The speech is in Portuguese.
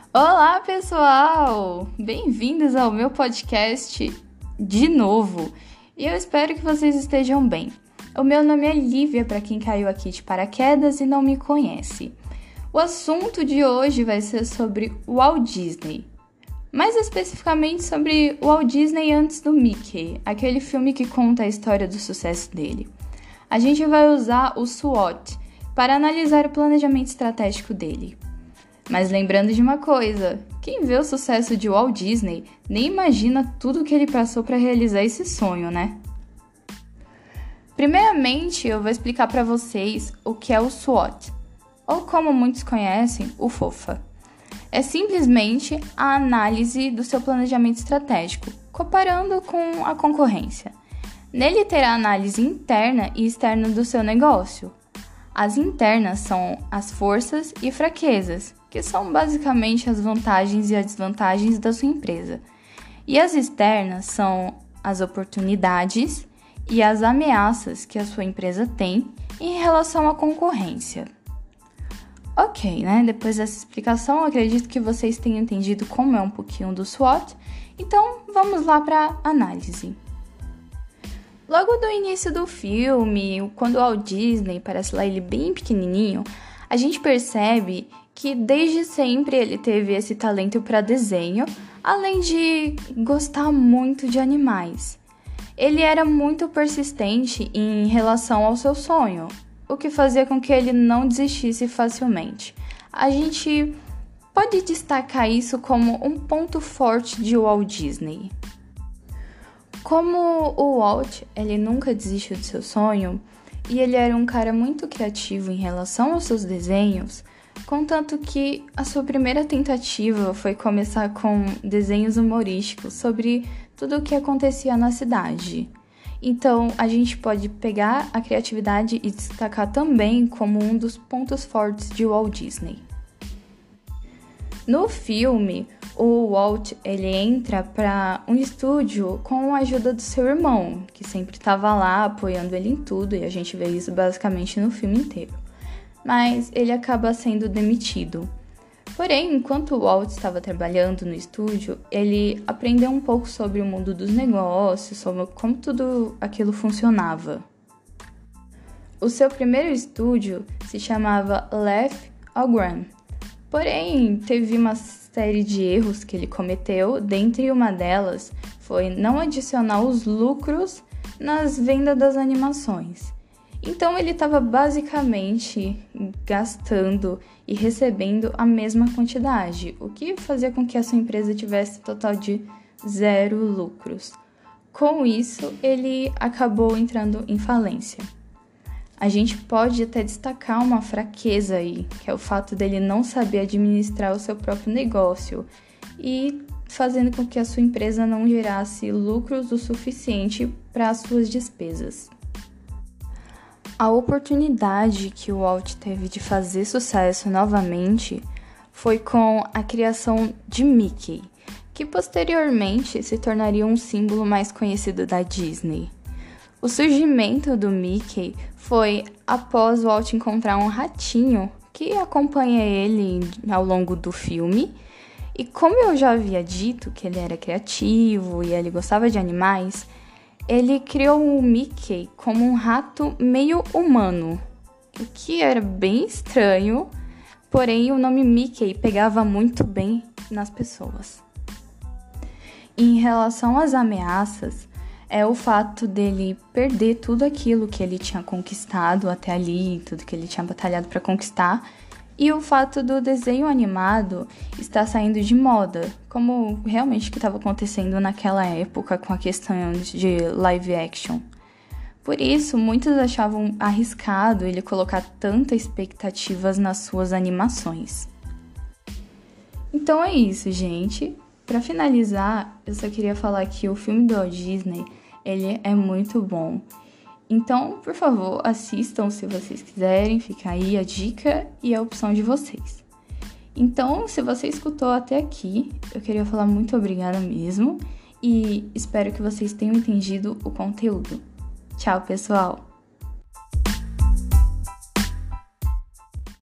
Olá, pessoal! Bem-vindos ao meu podcast de novo. E eu espero que vocês estejam bem. O meu nome é Lívia, para quem caiu aqui de paraquedas e não me conhece. O assunto de hoje vai ser sobre Walt Disney. Mais especificamente sobre Walt Disney antes do Mickey, aquele filme que conta a história do sucesso dele. A gente vai usar o SWOT para analisar o planejamento estratégico dele. Mas lembrando de uma coisa, quem vê o sucesso de Walt Disney nem imagina tudo que ele passou para realizar esse sonho, né? Primeiramente, eu vou explicar para vocês o que é o SWOT, ou como muitos conhecem, o FOFA. É simplesmente a análise do seu planejamento estratégico, comparando com a concorrência. Nele terá a análise interna e externa do seu negócio. As internas são as forças e fraquezas, que são basicamente as vantagens e as desvantagens da sua empresa. E as externas são as oportunidades e as ameaças que a sua empresa tem em relação à concorrência. Ok, né? Depois dessa explicação, eu acredito que vocês tenham entendido como é um pouquinho do SWOT, então vamos lá para a análise. Logo do início do filme, quando o Walt Disney parece lá ele bem pequenininho, a gente percebe que desde sempre ele teve esse talento para desenho, além de gostar muito de animais. Ele era muito persistente em relação ao seu sonho, o que fazia com que ele não desistisse facilmente. A gente pode destacar isso como um ponto forte de Walt Disney. Como o Walt, ele nunca desistiu do seu sonho, e ele era um cara muito criativo em relação aos seus desenhos, contanto que a sua primeira tentativa foi começar com desenhos humorísticos sobre tudo o que acontecia na cidade. Então, a gente pode pegar a criatividade e destacar também como um dos pontos fortes de Walt Disney. No filme, o Walt ele entra para um estúdio com a ajuda do seu irmão, que sempre estava lá apoiando ele em tudo, e a gente vê isso basicamente no filme inteiro. Mas ele acaba sendo demitido. Porém, enquanto o Walt estava trabalhando no estúdio, ele aprendeu um pouco sobre o mundo dos negócios, sobre como tudo aquilo funcionava. O seu primeiro estúdio se chamava Laugh Gram. Porém, teve uma série de erros que ele cometeu, dentre uma delas foi não adicionar os lucros nas vendas das animações. Então ele estava basicamente gastando e recebendo a mesma quantidade, o que fazia com que a sua empresa tivesse total de 0 lucros. Com isso, ele acabou entrando em falência. A gente pode até destacar uma fraqueza aí, que é o fato dele não saber administrar o seu próprio negócio e fazendo com que a sua empresa não gerasse lucros o suficiente para as suas despesas. A oportunidade que o Walt teve de fazer sucesso novamente foi com a criação de Mickey, que posteriormente se tornaria um símbolo mais conhecido da Disney. O surgimento do Mickey foi após o Walt encontrar um ratinho que acompanha ele ao longo do filme. E como eu já havia dito que ele era criativo e ele gostava de animais, ele criou o Mickey como um rato meio humano, o que era bem estranho, porém o nome Mickey pegava muito bem nas pessoas. Em relação às ameaças, é o fato dele perder tudo aquilo que ele tinha conquistado até ali, tudo que ele tinha batalhado para conquistar, e o fato do desenho animado estar saindo de moda, como realmente que estava acontecendo naquela época com a questão de live action. Por isso, muitos achavam arriscado ele colocar tantas expectativas nas suas animações. Então é isso, gente. Para finalizar, eu só queria falar que o filme do Walt Disney, ele é muito bom. Então, por favor, assistam se vocês quiserem, fica aí a dica e a opção de vocês. Então, se você escutou até aqui, eu queria falar muito obrigada mesmo e espero que vocês tenham entendido o conteúdo. Tchau, pessoal!